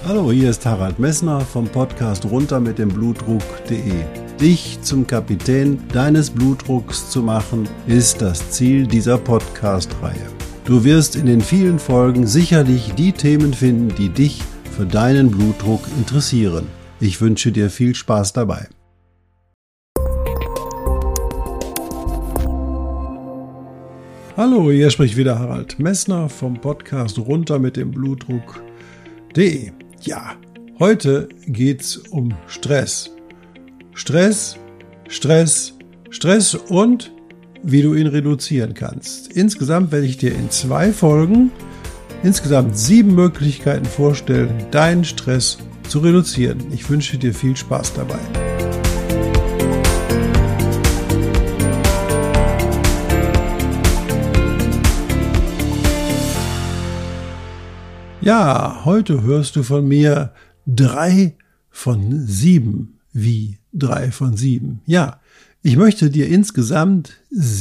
Hallo, hier ist Harald Messner vom Podcast runter mit dem Blutdruck.de. Dich zum Kapitän deines Blutdrucks zu machen, ist das Ziel dieser Podcast-Reihe. Du wirst in den vielen Folgen sicherlich die Themen finden, die dich für deinen Blutdruck interessieren. Ich wünsche dir viel Spaß dabei. Hallo, hier spricht wieder Harald Messner vom Podcast runter mit dem Blutdruck.de. Ja, heute geht's um Stress. Stress und wie du ihn reduzieren kannst. Insgesamt werde ich dir in 2 Folgen insgesamt 7 Möglichkeiten vorstellen, deinen Stress zu reduzieren. Ich wünsche dir viel Spaß dabei. Ja, heute hörst du von mir 3 von 7. Wie 3 von 7? Ja, ich möchte dir insgesamt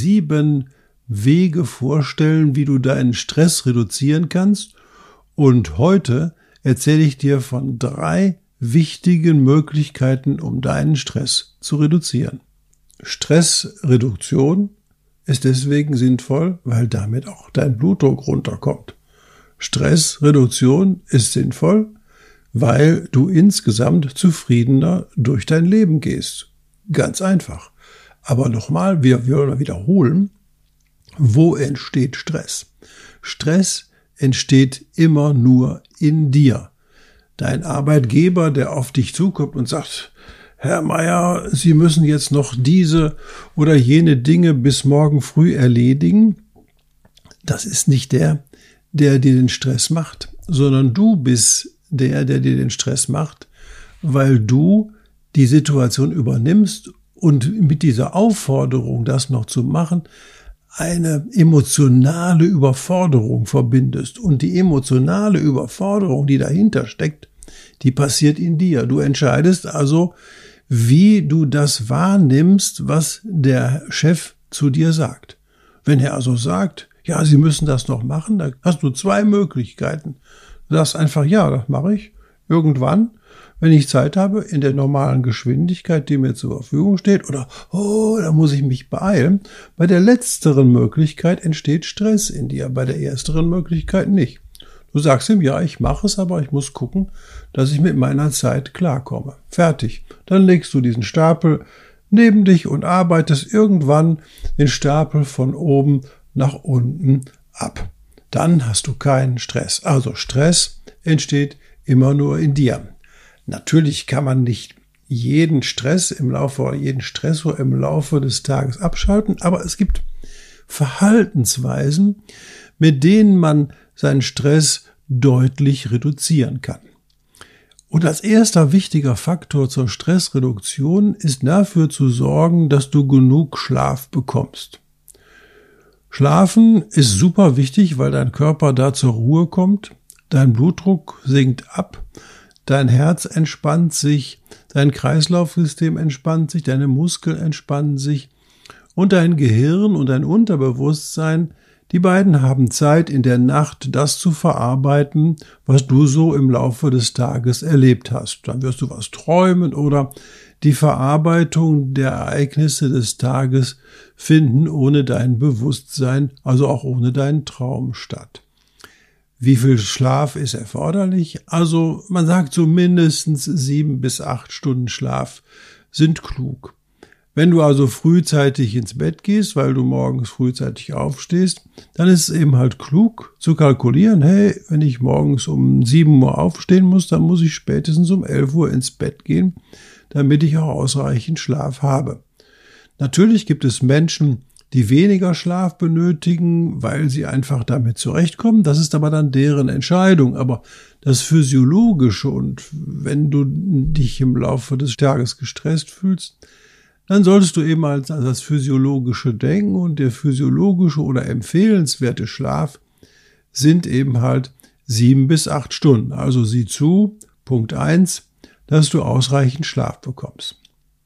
7 Wege vorstellen, wie du deinen Stress reduzieren kannst. Und heute erzähle ich dir von 3 wichtigen Möglichkeiten, um deinen Stress zu reduzieren. Stressreduktion ist deswegen sinnvoll, weil damit auch dein Blutdruck runterkommt. Stressreduktion ist sinnvoll, weil du insgesamt zufriedener durch dein Leben gehst. Ganz einfach. Aber nochmal, wir wollen wiederholen, wo entsteht Stress? Stress entsteht immer nur in dir. Dein Arbeitgeber, der auf dich zukommt und sagt, Herr Meier, Sie müssen jetzt noch diese oder jene Dinge bis morgen früh erledigen, das ist nicht der dir den Stress macht, sondern du bist der dir den Stress macht, weil du die Situation übernimmst und mit dieser Aufforderung, das noch zu machen, eine emotionale Überforderung verbindest. Und die emotionale Überforderung, die dahinter steckt, die passiert in dir. Du entscheidest also, wie du das wahrnimmst, was der Chef zu dir sagt. Wenn er also sagt, ja, Sie müssen das noch machen, da hast du 2 Möglichkeiten. Du sagst einfach, ja, das mache ich irgendwann, wenn ich Zeit habe, in der normalen Geschwindigkeit, die mir zur Verfügung steht, oder, da muss ich mich beeilen. Bei der letzteren Möglichkeit entsteht Stress in dir, bei der ersteren Möglichkeit nicht. Du sagst ihm, ja, ich mache es, aber ich muss gucken, dass ich mit meiner Zeit klarkomme. Fertig. Dann legst du diesen Stapel neben dich und arbeitest irgendwann den Stapel von oben nach unten ab. Dann hast du keinen Stress. Also Stress entsteht immer nur in dir. Natürlich kann man nicht jeden Stressor im Laufe des Tages abschalten, aber es gibt Verhaltensweisen, mit denen man seinen Stress deutlich reduzieren kann. Und als erster wichtiger Faktor zur Stressreduktion ist dafür zu sorgen, dass du genug Schlaf bekommst. Schlafen ist super wichtig, weil dein Körper da zur Ruhe kommt, dein Blutdruck sinkt ab, dein Herz entspannt sich, dein Kreislaufsystem entspannt sich, deine Muskeln entspannen sich und dein Gehirn und dein Unterbewusstsein, die beiden haben Zeit in der Nacht, das zu verarbeiten, was du so im Laufe des Tages erlebt hast. Dann wirst du was träumen oder die Verarbeitung der Ereignisse des Tages finden ohne dein Bewusstsein, also auch ohne deinen Traum statt. Wie viel Schlaf ist erforderlich? Also man sagt so mindestens 7 bis 8 Stunden Schlaf sind klug. Wenn du also frühzeitig ins Bett gehst, weil du morgens frühzeitig aufstehst, dann ist es eben halt klug zu kalkulieren, hey, wenn ich morgens um 7 Uhr aufstehen muss, dann muss ich spätestens um 11 Uhr ins Bett gehen, damit ich auch ausreichend Schlaf habe. Natürlich gibt es Menschen, die weniger Schlaf benötigen, weil sie einfach damit zurechtkommen. Das ist aber dann deren Entscheidung. Aber das Physiologische und wenn du dich im Laufe des Tages gestresst fühlst, dann solltest du eben als das Physiologische denken und der physiologische oder empfehlenswerte Schlaf sind eben halt 7 bis 8 Stunden. Also sieh zu, Punkt 1, dass du ausreichend Schlaf bekommst.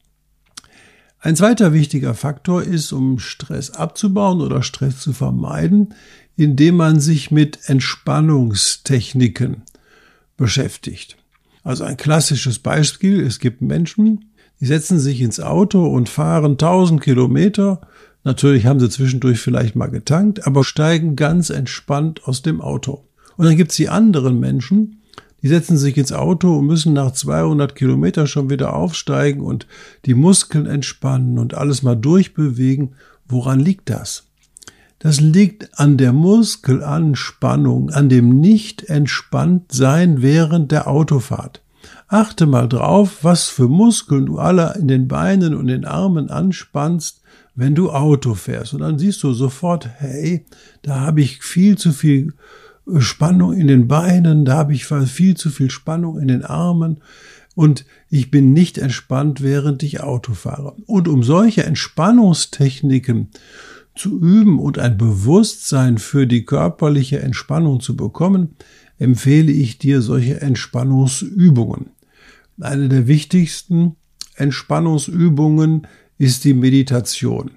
Ein zweiter wichtiger Faktor ist, um Stress abzubauen oder Stress zu vermeiden, indem man sich mit Entspannungstechniken beschäftigt. Also ein klassisches Beispiel, es gibt Menschen, die setzen sich ins Auto und fahren 1000 Kilometer. Natürlich haben sie zwischendurch vielleicht mal getankt, aber steigen ganz entspannt aus dem Auto. Und dann gibt's die anderen Menschen, die setzen sich ins Auto und müssen nach 200 Kilometer schon wieder aufsteigen und die Muskeln entspannen und alles mal durchbewegen. Woran liegt das? Das liegt an der Muskelanspannung, an dem Nicht-Entspannt-Sein während der Autofahrt. Achte mal drauf, was für Muskeln du alle in den Beinen und den Armen anspannst, wenn du Auto fährst. Und dann siehst du sofort, hey, da habe ich viel zu viel Spannung in den Beinen, da habe ich viel zu viel Spannung in den Armen und ich bin nicht entspannt, während ich Auto fahre. Und um solche Entspannungstechniken zu üben und ein Bewusstsein für die körperliche Entspannung zu bekommen, empfehle ich dir solche Entspannungsübungen. Eine der wichtigsten Entspannungsübungen ist die Meditation.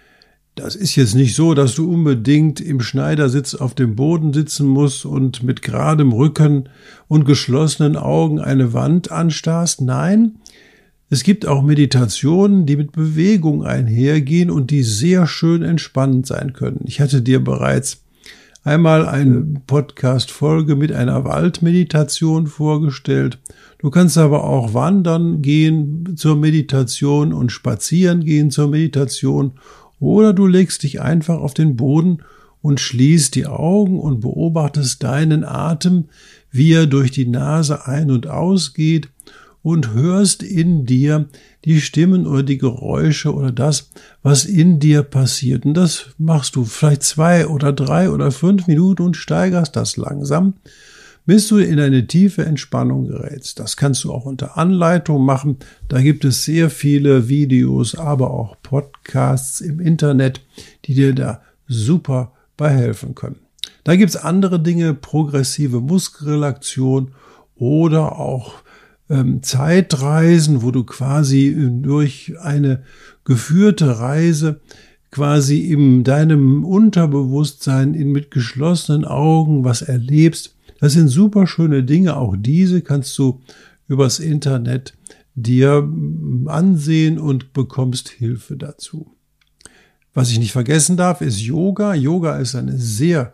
Das ist jetzt nicht so, dass du unbedingt im Schneidersitz auf dem Boden sitzen musst und mit geradem Rücken und geschlossenen Augen eine Wand anstarrst. Nein, es gibt auch Meditationen, die mit Bewegung einhergehen und die sehr schön entspannend sein können. Ich hatte dir bereits einmal eine Podcast-Folge mit einer Waldmeditation vorgestellt. Du kannst aber auch wandern gehen zur Meditation und spazieren gehen zur Meditation. Oder du legst dich einfach auf den Boden und schließt die Augen und beobachtest deinen Atem, wie er durch die Nase ein- und ausgeht und hörst in dir die Stimmen oder die Geräusche oder das, was in dir passiert. Und das machst du vielleicht 2 oder 3 oder 5 Minuten und steigerst das langsam, bis du in eine tiefe Entspannung gerätst. Das kannst du auch unter Anleitung machen. Da gibt es sehr viele Videos, aber auch Podcasts im Internet, die dir da super bei helfen können. Da gibt's andere Dinge, progressive Muskelrelaxation oder auch Zeitreisen, wo du quasi durch eine geführte Reise quasi in deinem Unterbewusstsein mit geschlossenen Augen was erlebst. Das sind super schöne Dinge. Auch diese kannst du übers Internet dir ansehen und bekommst Hilfe dazu. Was ich nicht vergessen darf, ist Yoga. Yoga ist eine sehr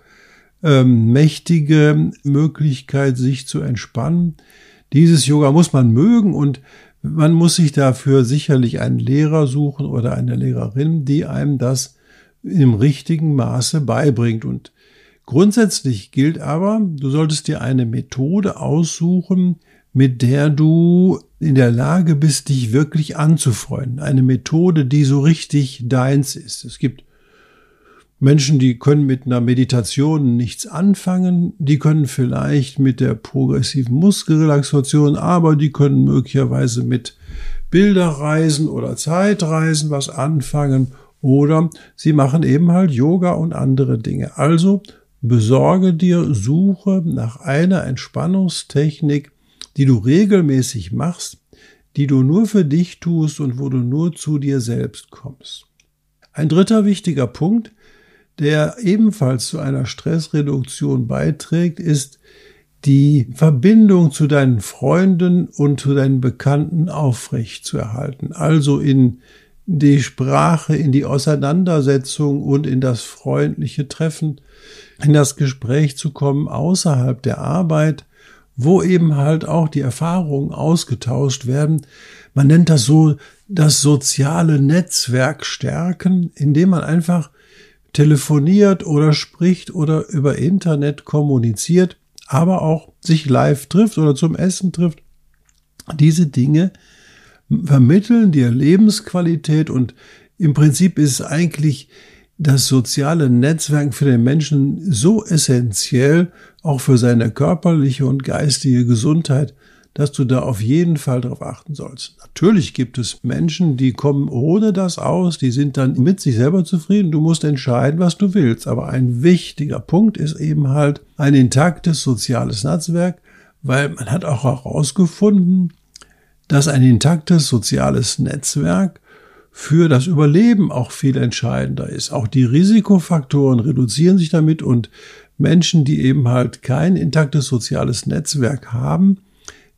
mächtige Möglichkeit, sich zu entspannen. Dieses Yoga muss man mögen und man muss sich dafür sicherlich einen Lehrer suchen oder eine Lehrerin, die einem das im richtigen Maße beibringt. Und grundsätzlich gilt aber, du solltest dir eine Methode aussuchen, mit der du in der Lage bist, dich wirklich anzufreunden. Eine Methode, die so richtig deins ist. Es gibt Menschen, die können mit einer Meditation nichts anfangen, die können vielleicht mit der progressiven Muskelrelaxation, aber die können möglicherweise mit Bilderreisen oder Zeitreisen was anfangen oder sie machen eben halt Yoga und andere Dinge. Also besorge dir, suche nach einer Entspannungstechnik, die du regelmäßig machst, die du nur für dich tust und wo du nur zu dir selbst kommst. Ein dritter wichtiger Punkt, der ebenfalls zu einer Stressreduktion beiträgt, ist die Verbindung zu deinen Freunden und zu deinen Bekannten aufrecht zu erhalten. Also in die Sprache, in die Auseinandersetzung und in das freundliche Treffen, in das Gespräch zu kommen außerhalb der Arbeit, wo eben halt auch die Erfahrungen ausgetauscht werden. Man nennt das so das soziale Netzwerk stärken, indem man einfach telefoniert oder spricht oder über Internet kommuniziert, aber auch sich live trifft oder zum Essen trifft. Diese Dinge vermitteln dir Lebensqualität und im Prinzip ist eigentlich das soziale Netzwerk für den Menschen so essentiell, auch für seine körperliche und geistige Gesundheit, dass du da auf jeden Fall darauf achten sollst. Natürlich gibt es Menschen, die kommen ohne das aus, die sind dann mit sich selber zufrieden. Du musst entscheiden, was du willst. Aber ein wichtiger Punkt ist eben halt ein intaktes soziales Netzwerk, weil man hat auch herausgefunden, dass ein intaktes soziales Netzwerk für das Überleben auch viel entscheidender ist. Auch die Risikofaktoren reduzieren sich damit und Menschen, die eben halt kein intaktes soziales Netzwerk haben,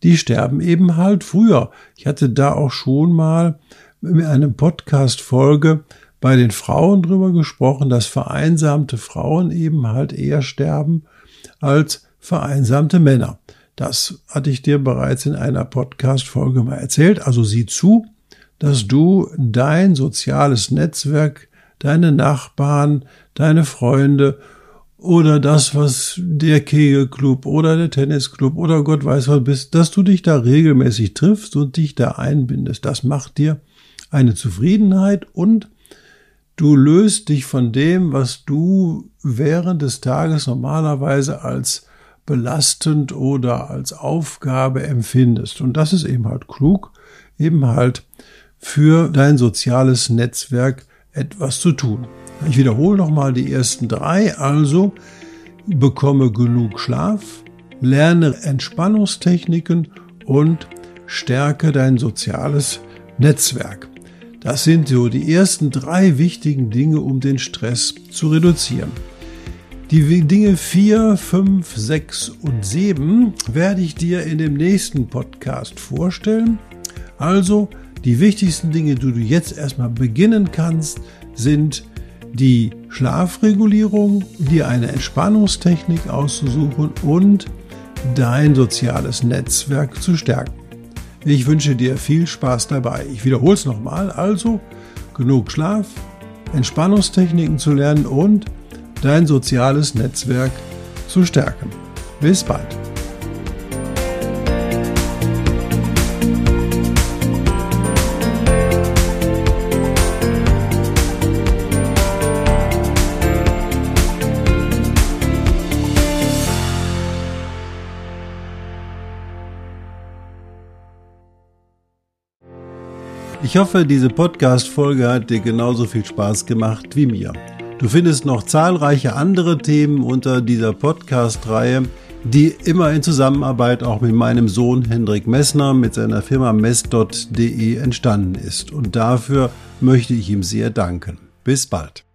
die sterben eben halt früher. Ich hatte da auch schon mal in einem Podcast-Folge bei den Frauen drüber gesprochen, dass vereinsamte Frauen eben halt eher sterben als vereinsamte Männer. Das hatte ich dir bereits in einer Podcast-Folge mal erzählt. Also sieh zu, dass du dein soziales Netzwerk, deine Nachbarn, deine Freunde oder das, was der Kegelclub oder der Tennisclub oder Gott weiß was bist, dass du dich da regelmäßig triffst und dich da einbindest. Das macht dir eine Zufriedenheit und du löst dich von dem, was du während des Tages normalerweise als belastend oder als Aufgabe empfindest. Und das ist eben halt klug, eben halt für dein soziales Netzwerk etwas zu tun. Ich wiederhole nochmal die ersten 3. Also, bekomme genug Schlaf, lerne Entspannungstechniken und stärke dein soziales Netzwerk. Das sind so die ersten 3 wichtigen Dinge, um den Stress zu reduzieren. Die Dinge 4, 5, 6 und 7 werde ich dir in dem nächsten Podcast vorstellen. Also die wichtigsten Dinge, die du jetzt erstmal beginnen kannst, sind die Schlafregulierung, dir eine Entspannungstechnik auszusuchen und dein soziales Netzwerk zu stärken. Ich wünsche dir viel Spaß dabei. Ich wiederhole es nochmal. Also genug Schlaf, Entspannungstechniken zu lernen und dein soziales Netzwerk zu stärken. Bis bald. Ich hoffe, diese Podcast-Folge hat dir genauso viel Spaß gemacht wie mir. Du findest noch zahlreiche andere Themen unter dieser Podcast-Reihe, die immer in Zusammenarbeit auch mit meinem Sohn Hendrik Messner mit seiner Firma mess.de entstanden ist. Und dafür möchte ich ihm sehr danken. Bis bald.